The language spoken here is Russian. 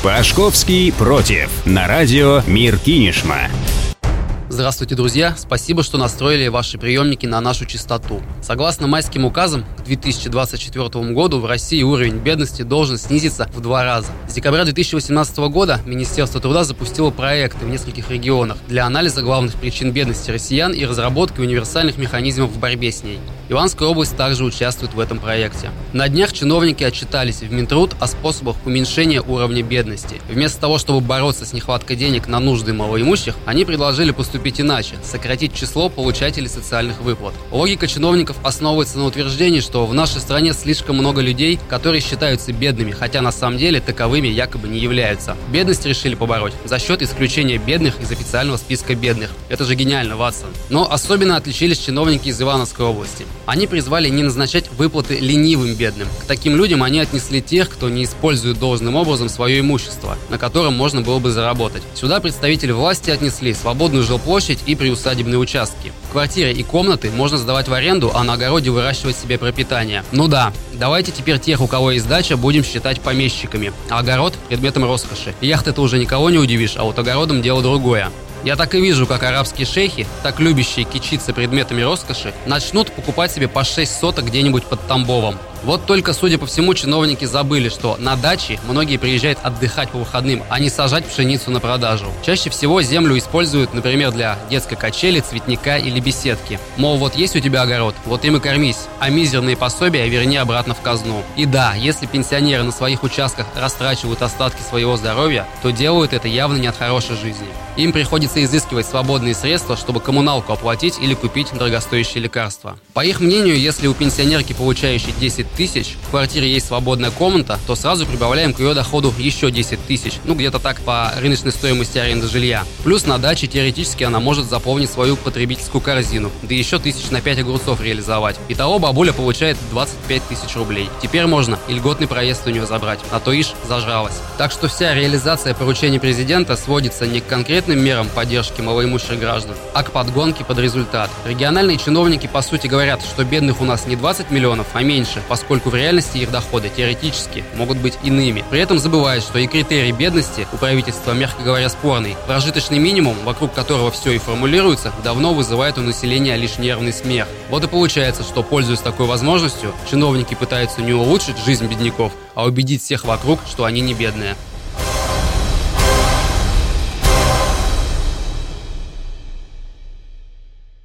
Пашковский против. На радио Мир Кинешма. Здравствуйте, друзья! Спасибо, что настроили ваши приемники на нашу частоту. Согласно майским указам, к 2024 году в России уровень бедности должен снизиться в 2 раза. С декабря 2018 года Министерство труда запустило проекты в нескольких регионах для анализа главных причин бедности россиян и разработки универсальных механизмов в борьбе с ней. Иванская область также участвует в этом проекте. На днях чиновники отчитались в Минтруд о способах уменьшения уровня бедности. Вместо того, чтобы бороться с нехваткой денег на нужды малоимущих, они предложили поступить иначе – сократить число получателей социальных выплат. Логика чиновников основывается на утверждении, что в нашей стране слишком много людей, которые считаются бедными, хотя на самом деле таковыми якобы не являются. Бедность решили побороть за счет исключения бедных из официального списка бедных. Это же гениально, Ватсон. Но особенно отличились чиновники из Ивановской области. Они призвали не назначать выплаты ленивым бедным. К таким людям они отнесли тех, кто не использует должным образом свое имущество, на котором можно было бы заработать. Сюда представители власти отнесли свободную жилплощадь и приусадебные участки. Квартиры и комнаты можно сдавать в аренду, а на огороде выращивать себе пропитание. Ну да, давайте теперь тех, у кого есть дача, будем считать помещиками, а огород – предметом роскоши. Яхты-то уже никого не удивишь, а вот огородом дело другое. Я так и вижу, как арабские шейхи, так любящие кичиться предметами роскоши, начнут покупать себе по 6 соток где-нибудь под Тамбовом. Вот только, судя по всему, чиновники забыли, что на даче многие приезжают отдыхать по выходным, а не сажать пшеницу на продажу. Чаще всего землю используют, например, для детской качели, цветника или беседки. Мол, вот есть у тебя огород, вот им и кормись, а мизерные пособия верни обратно в казну. И да, если пенсионеры на своих участках растрачивают остатки своего здоровья, то делают это явно не от хорошей жизни. Им приходится изыскивать свободные средства, чтобы коммуналку оплатить или купить дорогостоящие лекарства. По их мнению, если у пенсионерки, получающей 10 тысяч, в квартире есть свободная комната, то сразу прибавляем к ее доходу еще 10 тысяч, где-то так по рыночной стоимости аренды жилья. Плюс на даче теоретически она может заполнить свою потребительскую корзину, да еще 5 на 5 огурцов реализовать. Итого бабуля получает 25 тысяч рублей. Теперь можно и льготный проезд у нее забрать, а то ишь зажралась. Так что вся реализация поручений президента сводится не к конкретным мерам поддержки малоимущих граждан, а к подгонке под результат. Региональные чиновники по сути говорят, что бедных у нас не 20 миллионов, а меньше, поскольку в реальности их доходы теоретически могут быть иными. При этом забывают, что и критерий бедности у правительства, мягко говоря, спорный. Прожиточный минимум, вокруг которого все и формулируется, давно вызывает у населения лишь нервный смех. Вот и получается, что, пользуясь такой возможностью, чиновники пытаются не улучшить жизнь бедняков, а убедить всех вокруг, что они не бедные.